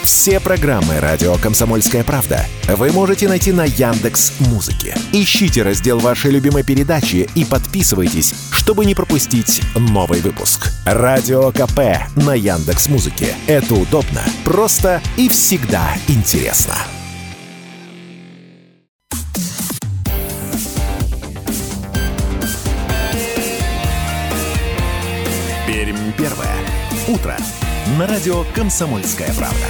Все программы «Радио Комсомольская правда» вы можете найти на Яндекс.Музыке. Ищите раздел вашей любимой передачи и подписывайтесь, чтобы не пропустить новый выпуск. Радио КП на Яндекс.Музыке. Это удобно, просто и всегда интересно. Пермь первое. Утро. На радио «Комсомольская правда».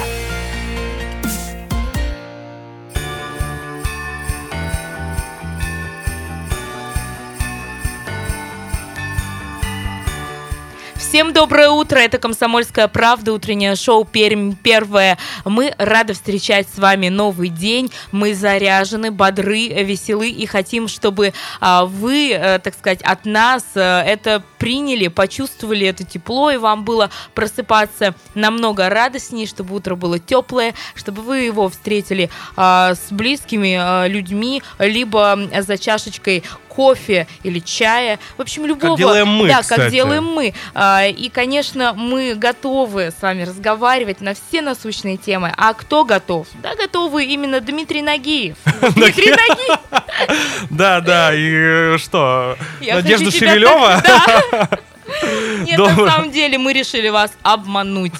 Всем доброе утро, это «Комсомольская правда», утреннее шоу «Пермь первое». Мы рады встречать с вами новый день, мы заряжены, бодры, веселы и хотим, чтобы вы, так сказать, от нас это приняли, почувствовали это тепло, и вам было просыпаться намного радостнее, чтобы утро было теплое, чтобы вы его встретили с близкими людьми, либо за чашечкой кофе или чая, в общем, любого. Как делаем мы, да, кстати. как делаем мы. И, конечно, мы готовы с вами разговаривать на все насущные темы. А кто готов? Да, готовы именно Дмитрий Нагиев. Дмитрий Нагиев. Да, и что? Я Надежда хочу тебя Шевелева? так- Да. Нет, на самом деле мы решили вас обмануть.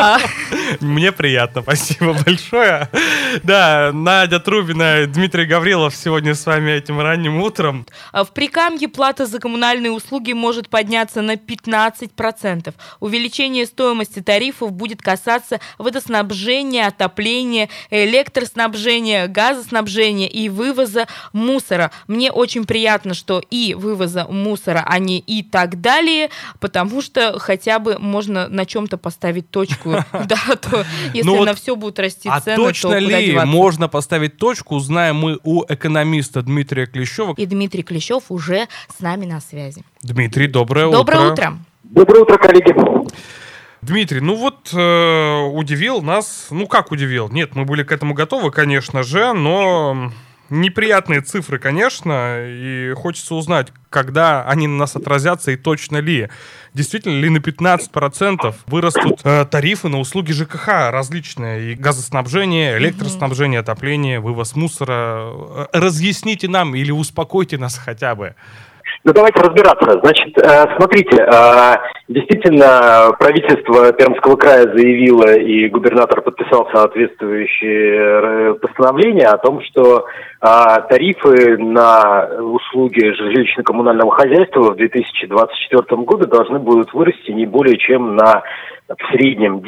Мне приятно, спасибо большое. Да, Надя Трубина, Дмитрий Гаврилов сегодня с вами этим ранним утром. В Прикамье плата за коммунальные услуги может подняться на 15%. Увеличение стоимости тарифов будет касаться водоснабжения, отопления, электроснабжения, газоснабжения и вывоза мусора. Мне очень приятно, что и вывоза мусора, а не и так далее, потому что хотя бы можно на чем-то поставить точку. Да, то если на все будут расти цены, то точно куда ли деваться? можно поставить точку, узнаем мы у экономиста Дмитрия Клещева. И Дмитрий Клещев уже с нами на связи. Дмитрий, доброе утро. Доброе утро. Доброе утро, коллеги. Дмитрий, удивил нас, как удивил? Нет, мы были к этому готовы, конечно же, но неприятные цифры, конечно, и хочется узнать, когда они на нас отразятся и точно ли. Действительно ли на 15% вырастут тарифы на услуги ЖКХ различные, и газоснабжение, электроснабжение, отопление, вывоз мусора. Разъясните нам или успокойте нас хотя бы. Давайте разбираться. Значит, смотрите, действительно, правительство Пермского края заявило, и губернатор подписал соответствующее постановление о том, что тарифы на услуги жилищно-коммунального хозяйства в 2024 году должны будут вырасти не более чем на в среднем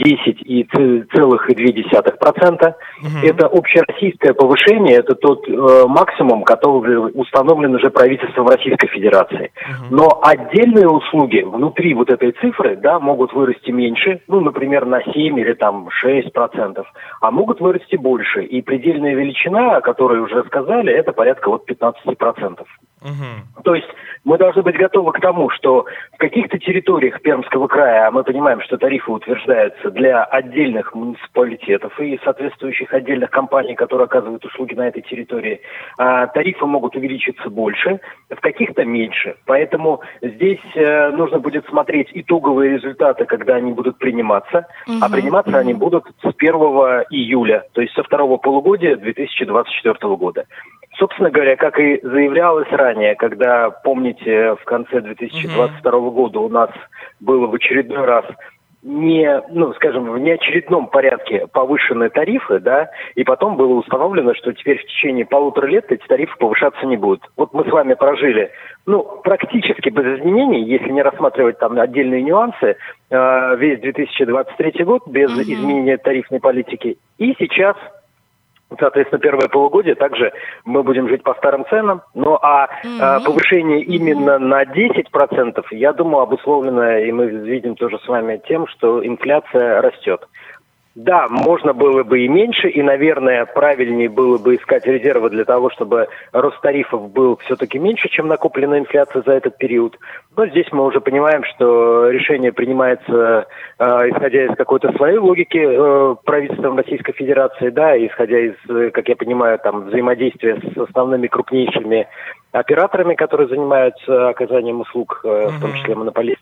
10,2%. Это общероссийское повышение, это тот максимум, который установлен уже правительством Российской Федерации. Но отдельные услуги внутри вот этой цифры, да, могут вырасти меньше, например, на 7 или 6%, а могут вырасти больше. И предельная величина, о которой уже сказали, это порядка 15%. То есть мы должны быть готовы к тому, что в каких-то территориях Пермского края, а мы понимаем, что тарифы утверждаются для отдельных муниципалитетов и соответствующих отдельных компаний, которые оказывают услуги на этой территории, тарифы могут увеличиться больше, в каких-то меньше. Поэтому здесь нужно будет смотреть итоговые результаты, когда они будут приниматься, а приниматься они будут с 1 июля, то есть со второго полугодия 2024 года. Собственно говоря, как и заявлялось ранее, когда, помните, в конце 2022 года у нас было в очередной раз в неочередном порядке повышены тарифы, да, и потом было установлено, что теперь в течение 1,5 лет эти тарифы повышаться не будут. Вот мы с вами прожили, практически без изменений, если не рассматривать там отдельные нюансы, весь 2023 год без изменения тарифной политики. И сейчас, соответственно, первое полугодие также мы будем жить по старым ценам. Повышение именно на 10%, я думаю, обусловлено, и мы видим тоже с вами тем, что инфляция растет. Да, можно было бы и меньше, и, наверное, правильнее было бы искать резервы для того, чтобы рост тарифов был все-таки меньше, чем накопленная инфляция за этот период. Но здесь мы уже понимаем, что решение принимается, исходя из какой-то своей логики правительством Российской Федерации, да, исходя из, как я понимаю, там взаимодействия с основными крупнейшими операторами, которые занимаются оказанием услуг, в том числе монополистами.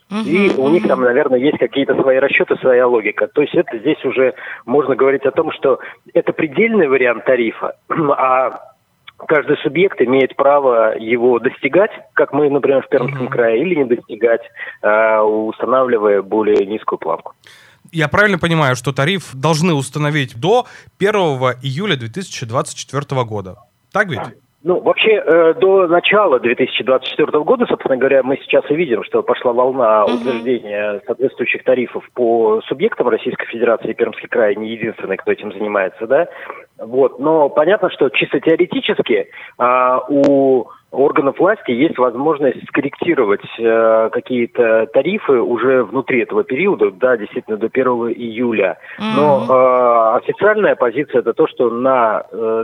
И у них там, наверное, есть какие-то свои расчеты, своя логика. То есть это здесь уже можно говорить о том, что это предельный вариант тарифа, а каждый субъект имеет право его достигать, как мы, например, в Пермском крае, или не достигать, устанавливая более низкую планку. Я правильно понимаю, что тариф должны установить до 1 июля 2024 года? Так ведь? Ну, вообще, до начала 2024 года, собственно говоря, мы сейчас и видим, что пошла волна утверждения соответствующих тарифов по субъектам Российской Федерации, и Пермский край не единственный, кто этим занимается, да. Вот. Но понятно, что чисто теоретически у органов власти есть возможность скорректировать какие-то тарифы уже внутри этого периода, да, действительно, до 1 июля. Но официальная позиция – это то, что на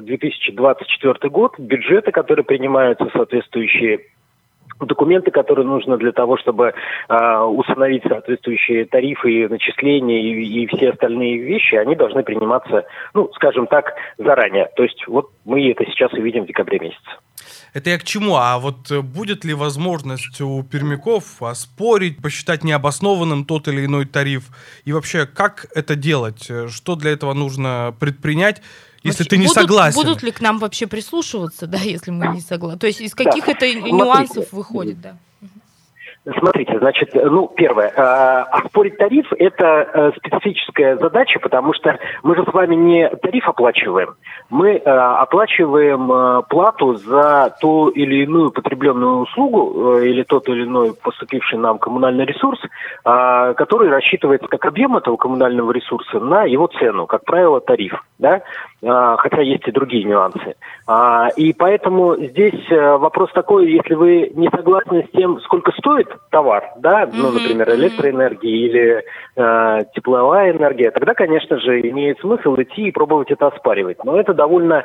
2024 год бюджеты, которые принимаются, соответствующие документы, которые нужно для того, чтобы установить соответствующие тарифы, начисления и все остальные вещи, они должны приниматься, ну, скажем так, заранее. То есть вот мы это сейчас увидим в декабре месяце. Это я к чему? А вот будет ли возможность у пермяков оспорить, посчитать необоснованным тот или иной тариф? И вообще, как это делать? Что для этого нужно предпринять, если ты не согласен? Будут ли к нам вообще прислушиваться, да, если мы не согласны? То есть из каких это нюансов выходит, да? Смотрите, значит, ну, первое, оспорить тариф – это специфическая задача, потому что мы же с вами не тариф оплачиваем, мы оплачиваем плату за ту или иную потребленную услугу или тот или иной поступивший нам коммунальный ресурс, который рассчитывается как объем этого коммунального ресурса на его цену, как правило, тариф, да, хотя есть и другие нюансы. И поэтому здесь вопрос такой, если вы не согласны с тем, сколько стоит товар, да, ну, например, электроэнергия или тепловая энергия, тогда, конечно же, имеет смысл идти и пробовать это оспаривать. Но это довольно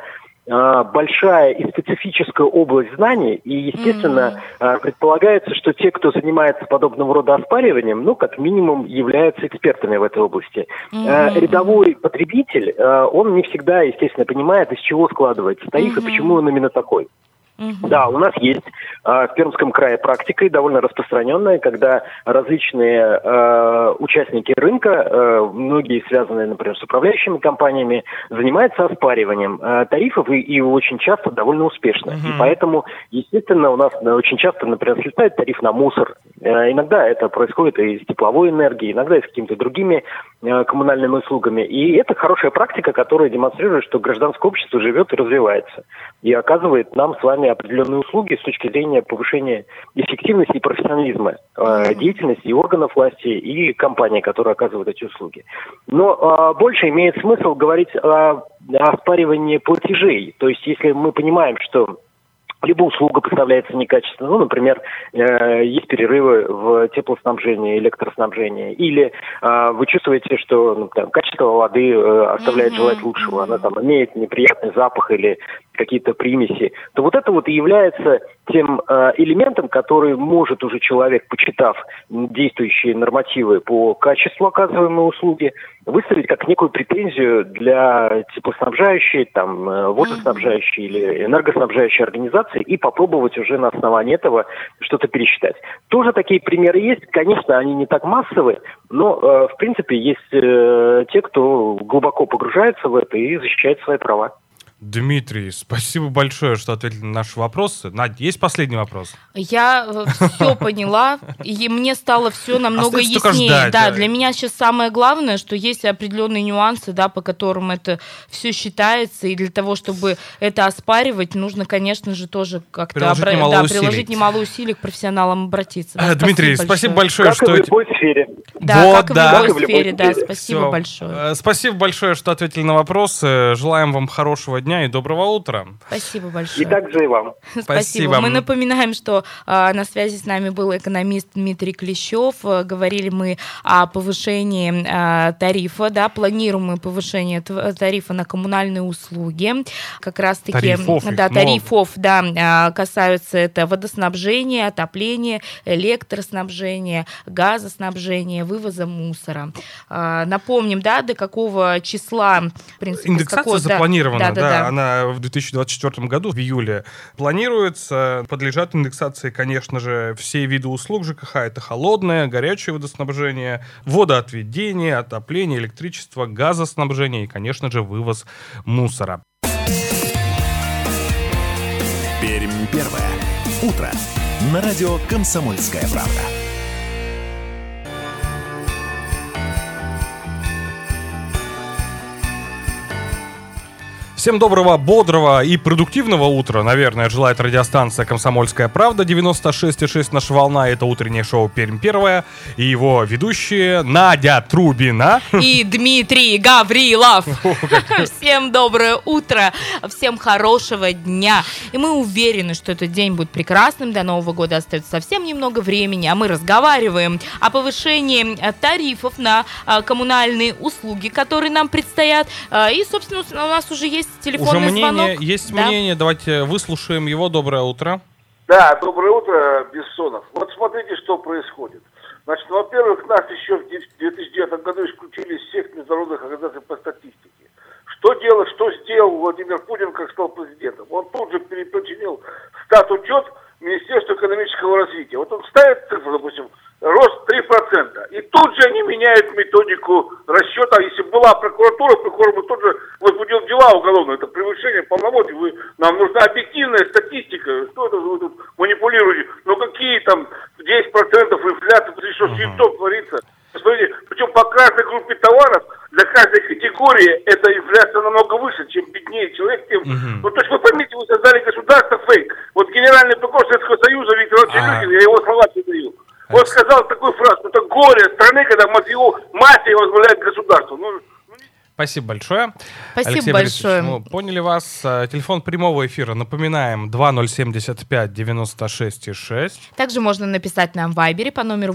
большая и специфическая область знаний, и, естественно, предполагается, что те, кто занимается подобного рода оспариванием, ну, как минимум, являются экспертами в этой области. Рядовой потребитель, он не всегда, естественно, понимает, из чего складывается тариф и почему он именно такой. Да, у нас есть в Пермском крае практика, и довольно распространенная, когда различные участники рынка, многие связанные, например, с управляющими компаниями, занимаются оспариванием тарифов и очень часто довольно успешно. И поэтому, естественно, у нас очень часто, например, слетает тариф на мусор. Иногда это происходит и с тепловой энергией, иногда и с какими-то другими коммунальными услугами. И это хорошая практика, которая демонстрирует, что гражданское общество живет и развивается. И оказывает нам с вами определенные услуги с точки зрения повышения эффективности и профессионализма деятельности и органов власти, и компаний, которые оказывают эти услуги. Но больше имеет смысл говорить о оспаривании платежей. То есть, если мы понимаем, что либо услуга поставляется некачественно, ну, например, есть перерывы в теплоснабжении, электроснабжении, или вы чувствуете, что, ну, там, качество воды оставляет желать лучшего, она там имеет неприятный запах или какие-то примеси, то вот это вот и является тем элементом, который может уже человек, почитав действующие нормативы по качеству оказываемой услуги, выставить как некую претензию для теплоснабжающей, там, водоснабжающей или энергоснабжающей организации и попробовать уже на основании этого что-то пересчитать. Тоже такие примеры есть. Конечно, они не так массовые, но, в принципе, есть те, кто глубоко погружается в это и защищает свои права. Дмитрий, спасибо большое, что ответили на наши вопросы. Надь, есть последний вопрос? Я все поняла, и мне стало все намного яснее. Ждать, да, для меня сейчас самое главное, что есть определенные нюансы, да, по которым это все считается, и для того, чтобы это оспаривать, нужно, конечно же, тоже как-то приложить немало усилий к профессионалам обратиться. Да, Дмитрий, спасибо большое, как что... и в любой сфере. Да, вот, как и в любой сфере, да, спасибо большое. Спасибо большое, что ответили на вопросы. Желаем вам хорошего дня и доброго утра. Спасибо большое. И также и вам. Спасибо. Мы напоминаем, что на связи с нами был экономист Дмитрий Клещев. Говорили мы о повышении тарифа, да, планируемое повышение тарифа на коммунальные услуги. Как раз-таки тарифов, да, касаются это водоснабжения, отопления, электроснабжения, газоснабжения, вывоза мусора. Напомним, да, до какого числа, в принципе, индексация запланирована, Да. она в 2024 году, в июле, планируется. Подлежат индексации, конечно же, все виды услуг ЖКХ. Это холодное, горячее водоснабжение, водоотведение, отопление, электричество, газоснабжение и, конечно же, вывоз мусора. Пермь первое. Утро. На радио «Комсомольская правда». Всем доброго, бодрого и продуктивного утра, наверное, желает радиостанция «Комсомольская правда». 96,6 наша волна. Это утреннее шоу «Пермь первое». И его ведущие Надя Трубина и Дмитрий Гаврилов. Всем доброе утро, всем хорошего дня. И мы уверены, что этот день будет прекрасным. До Нового года остается совсем немного времени, а мы разговариваем о повышении тарифов на коммунальные услуги, которые нам предстоят. И, собственно, у нас уже есть телефонный звонок. Есть мнение, давайте выслушаем его. Доброе утро. Да, доброе утро, Бессонов. Вот смотрите, что происходит. Значит, во-первых, нас еще в 2009 году исключили из всех международных организаций по статистике. Что сделал Владимир Путин, как стал президентом? Он тут же переподчинил статучет Министерству экономического развития. Вот он ставит цифру, допустим, рост 3%. И тут же они меняют методику расчета. Если была прокуратура тут же возбудил дела уголовные. Это превышение полномочий. Нам нужна объективная статистика. Что это вы тут манипулируете? Ну какие там 10% инфляции, что с винтом творится? Посмотрите, причем по каждой группе товаров, для каждой категории эта инфляция намного выше, чем беднее человек. Тем... Ну, то есть вы поймите, вы создали государство фейк. Вот генеральный прокурор Советского Союза Виктор Иванович Илюхин, я его слова передаю. Он сказал такую фразу: это горе страны, когда мафия возглавляет государство. Спасибо большое. Спасибо Алексей большое. Мы поняли вас. Телефон прямого эфира, напоминаем, 2075-96-6. Также можно написать нам в Вайбере по номеру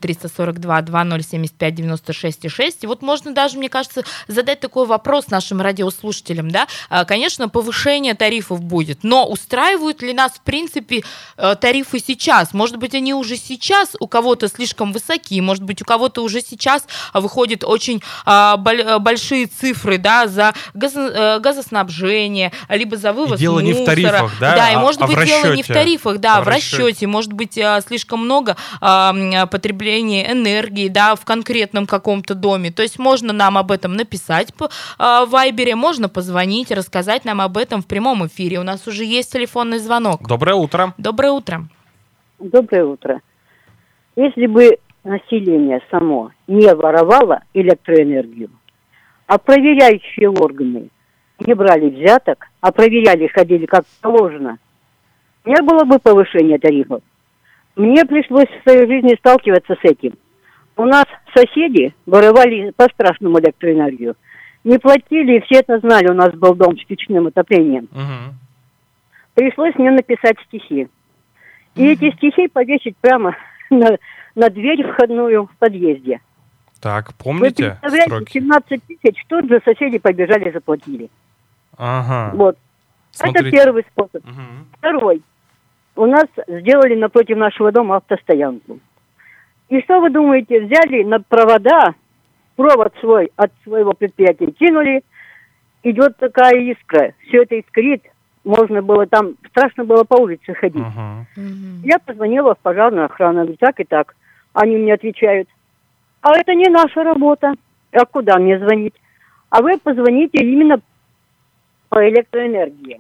8-342-2075-96-6. И вот можно даже, мне кажется, задать такой вопрос нашим радиослушателям. Да? Конечно, повышение тарифов будет, но устраивают ли нас, в принципе, тарифы сейчас? Может быть, они уже сейчас у кого-то слишком высоки, может быть, у кого-то уже сейчас выходят очень большие цифры, да, за газоснабжение, либо за вывоз дело мусора. Не в тарифах, да? Да, и может быть в дело не в тарифах, да, в расчете. расчете. Может быть слишком много потребления энергии, да, в конкретном каком-то доме. То есть можно нам об этом написать в Вайбере, можно позвонить, рассказать нам об этом в прямом эфире. У нас уже есть телефонный звонок. Доброе утро. Доброе утро. Доброе утро. Если бы население само не воровало электроэнергию, а проверяющие органы не брали взяток, а проверяли, ходили как положено, не было бы повышения тарифов. Мне пришлось в своей жизни сталкиваться с этим. У нас соседи воровали по-страшному электроэнергию. Не платили, и все это знали. У нас был дом с печным отоплением. Пришлось мне написать стихи. И эти стихи повесить прямо на дверь входную в подъезде. Так, помните? Вы представляете, 17 тысяч, тут же соседи побежали, заплатили. Ага. Вот. Смотрите. Это первый способ. Второй. У нас сделали напротив нашего дома автостоянку. И что вы думаете, взяли на провода, провод свой от своего предприятия кинули, идет такая искра, все это искрит, можно было там, страшно было по улице ходить. Я позвонила в пожарную охрану, говорю, так и так. Они мне отвечают: а это не наша работа. А куда мне звонить? А вы позвоните именно по электроэнергии.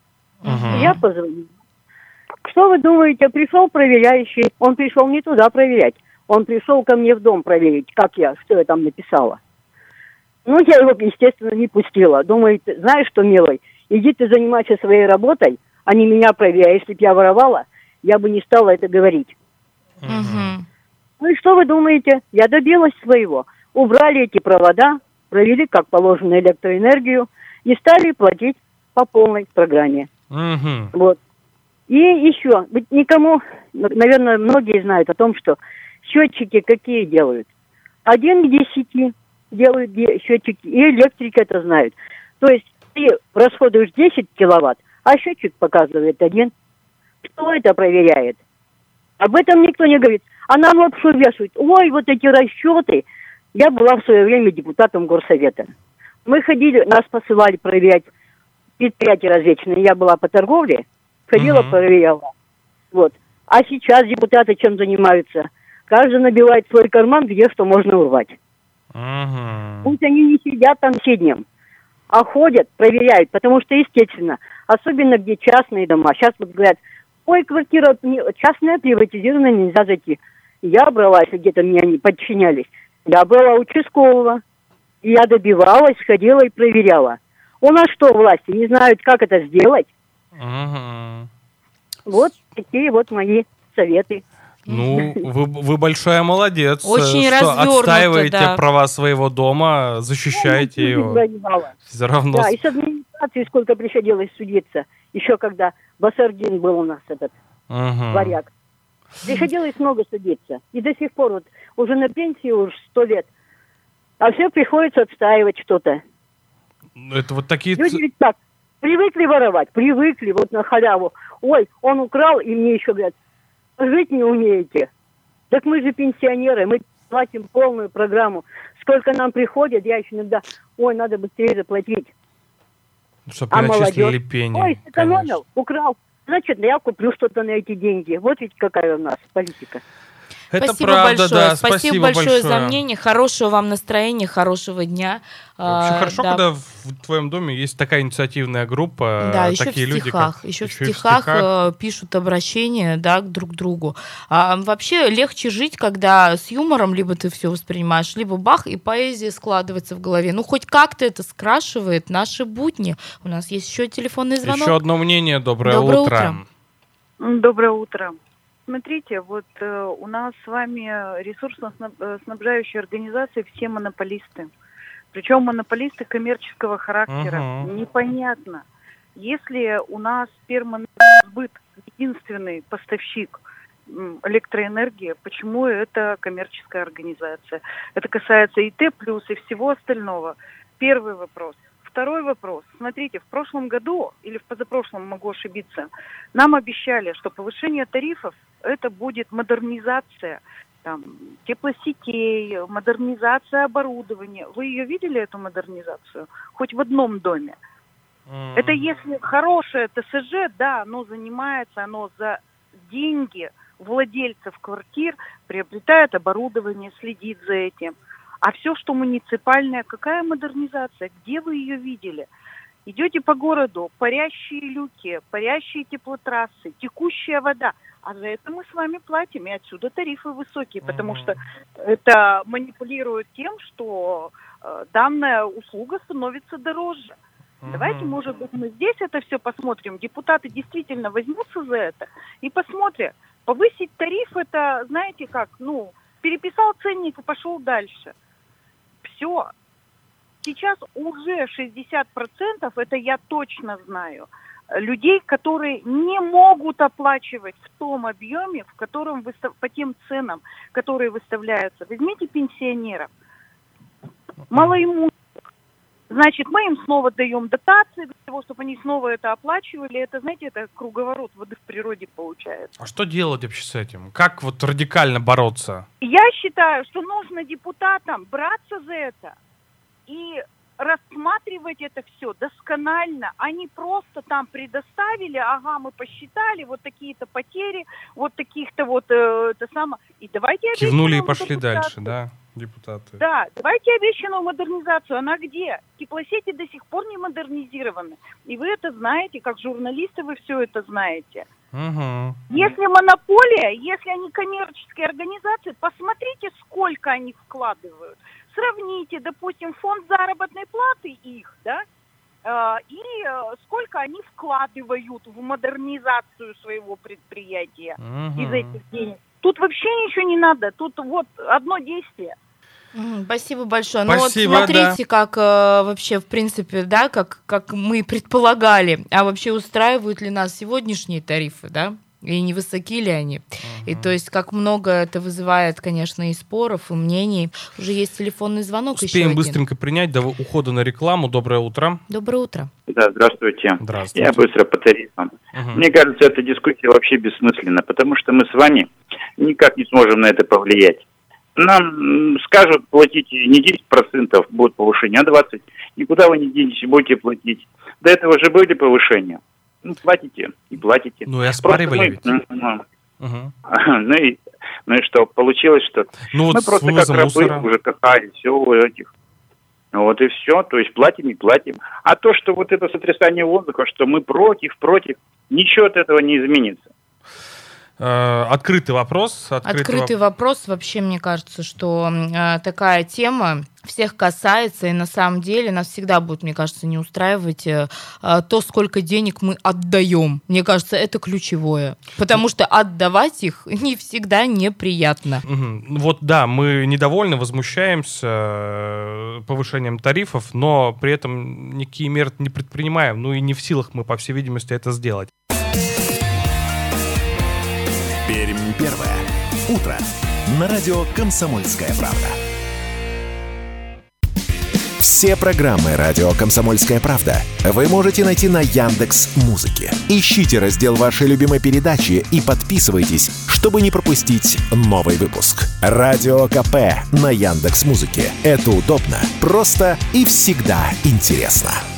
Я позвонила. Что вы думаете, пришел проверяющий, он пришел не туда проверять, он пришел ко мне в дом проверить, что я там написала. Ну, я его, естественно, не пустила. Думаю, знаешь что, милый, иди ты занимайся своей работой, а не меня проверяй. Если бы я воровала, я бы не стала это говорить. Ну и что вы думаете? Я добилась своего. Убрали эти провода, провели как положено электроэнергию и стали платить по полной программе. Вот. И еще, никому, наверное, многие знают о том, что счетчики какие делают. 1 к 10 делают счетчики, и электрики это знают. То есть ты расходуешь 10 киловатт, а счетчик показывает 1. Кто это проверяет? Об этом никто не говорит. А нам лапшу вешают. Ой, вот эти расчеты. Я была в свое время депутатом горсовета. Мы ходили, нас посылали проверять предприятие разведчное. Я была по торговле, ходила, проверяла. Вот. А сейчас депутаты чем занимаются? Каждый набивает свой карман, где что можно урвать. Пусть они не сидят там все днем, а ходят, проверяют, потому что, естественно, особенно где частные дома. Сейчас вот говорят, ой, квартира частная, приватизированная, нельзя зайти. Я брала, если где-то мне они подчинялись, я брала участкового. И я добивалась, ходила и проверяла. У нас что, власти не знают, как это сделать? Вот такие вот мои советы. Ну, вы большая молодец. Очень что развернуто, отстаиваете права своего дома, защищаете его. Все равно. Да, и с администрацией сколько приходилось судиться. Еще когда Басардин был у нас этот варяг. Приходилось много судиться. И до сих пор, вот уже на пенсии уж 100 лет. А все приходится отстаивать что-то. Это вот такие... Люди ведь так, привыкли воровать, привыкли вот на халяву. Ой, он украл, и мне еще говорят, жить не умеете. Так мы же пенсионеры, мы платим полную программу. Сколько нам приходит, я еще иногда, ой, надо быстрее заплатить. Чтобы перечислили пени. Ой, сэкономил, украл. Значит, я куплю что-то на эти деньги. Вот ведь какая у нас политика. Это спасибо правда, большое. да. Спасибо большое за мнение. Хорошего вам настроения, хорошего дня. Вообще хорошо, когда в твоем доме есть такая инициативная группа, да, такие еще в стихах, люди, еще в стихах пишут обращения, да, друг к другу. Вообще легче жить, когда с юмором либо ты все воспринимаешь, либо бах, и поэзия складывается в голове. Ну, хоть как-то это скрашивает наши будни. У нас есть еще телефонный звонок. Еще одно мнение. Доброе утро. Доброе утро. Смотрите, вот у нас с вами ресурсно-снабжающие организации все монополисты. Причем монополисты коммерческого характера. Непонятно. Если у нас Пермэнергосбыт единственный поставщик электроэнергии, почему это коммерческая организация? Это касается и Т+, и всего остального. Первый вопрос. Второй вопрос. Смотрите, в прошлом году, или в позапрошлом, могу ошибиться, нам обещали, что повышение тарифов это будет модернизация там, теплосетей, модернизация оборудования. Вы ее видели, эту модернизацию? Хоть в одном доме. Это если хорошее ТСЖ, да, оно занимается, оно за деньги владельцев квартир приобретает оборудование, следит за этим. А все, что муниципальное, какая модернизация? Где вы ее видели? Идете по городу, парящие люки, парящие теплотрассы, текущая вода. А за это мы с вами платим, и отсюда тарифы высокие, потому что это манипулирует тем, что данная услуга становится дороже. Давайте, может быть, мы здесь это все посмотрим. Депутаты действительно возьмутся за это и посмотрят. Повысить тариф, это, знаете как, переписал ценник и пошел дальше. Все. Сейчас уже 60%, это я точно знаю, людей, которые не могут оплачивать в том объеме, в котором по тем ценам, которые выставляются. Возьмите пенсионеров, малоимущих. Значит, мы им снова даем дотации для того, чтобы они снова это оплачивали. Это, знаете, это круговорот воды в природе получается. А что делать вообще с этим? Как вот радикально бороться? Я считаю, что нужно депутатам браться за это и рассматривать это все досконально. Они просто там предоставили, ага, мы посчитали, вот такие-то потери, вот таких-то вот это самое. И давайте кивнули и пошли дальше, да, депутаты? Да, давайте обещанную модернизацию. Она где? Теплосети до сих пор не модернизированы. И вы это знаете, как журналисты вы все это знаете. Если монополия, если они коммерческие организации, посмотрите, сколько они вкладывают. Сравните, допустим, фонд заработной платы их, да, и сколько они вкладывают в модернизацию своего предприятия из этих денег. Тут вообще ничего не надо, тут вот одно действие. Спасибо большое. Спасибо, ну вот смотрите, как вообще, в принципе, да, как мы предполагали, а вообще устраивают ли нас сегодняшние тарифы, да? И не высоки ли они? И то есть как много это вызывает, конечно, и споров, и мнений. Уже есть телефонный звонок. Успеем быстренько принять до ухода на рекламу. Доброе утро. Доброе утро. Да, здравствуйте. Здравствуйте. Я быстро по тарифам. Мне кажется, эта дискуссия вообще бессмысленна, потому что мы с вами никак не сможем на это повлиять. Нам скажут, платите не 10% будет повышение, а 20%. Никуда вы не денетесь, будете платить. До этого же были повышения. Ну, платите и платите. Ну, и оспаривали ведь. Ну и что? Получилось, что мы просто как рабы уже кахали, все у этих. Вот и все. То есть платим и платим. А то, что вот это сотрясание воздуха, что мы против, ничего от этого не изменится. Открытый вопрос. Открытый вопрос. Вообще, мне кажется, что такая тема всех касается, и на самом деле нас всегда будет, мне кажется, не устраивать то, сколько денег мы отдаем. Мне кажется, это ключевое. Потому что отдавать их не всегда неприятно. Вот да, мы недовольны, возмущаемся повышением тарифов, но при этом никакие меры не предпринимаем. Ну и не в силах мы, по всей видимости, это сделать. Пермь первое. Утро. На радио «Комсомольская правда». Все программы радио «Комсомольская правда» вы можете найти на Яндекс.Музыке. Ищите раздел вашей любимой передачи и подписывайтесь, чтобы не пропустить новый выпуск. Радио КП на Яндекс.Музыке. Это удобно, просто и всегда интересно.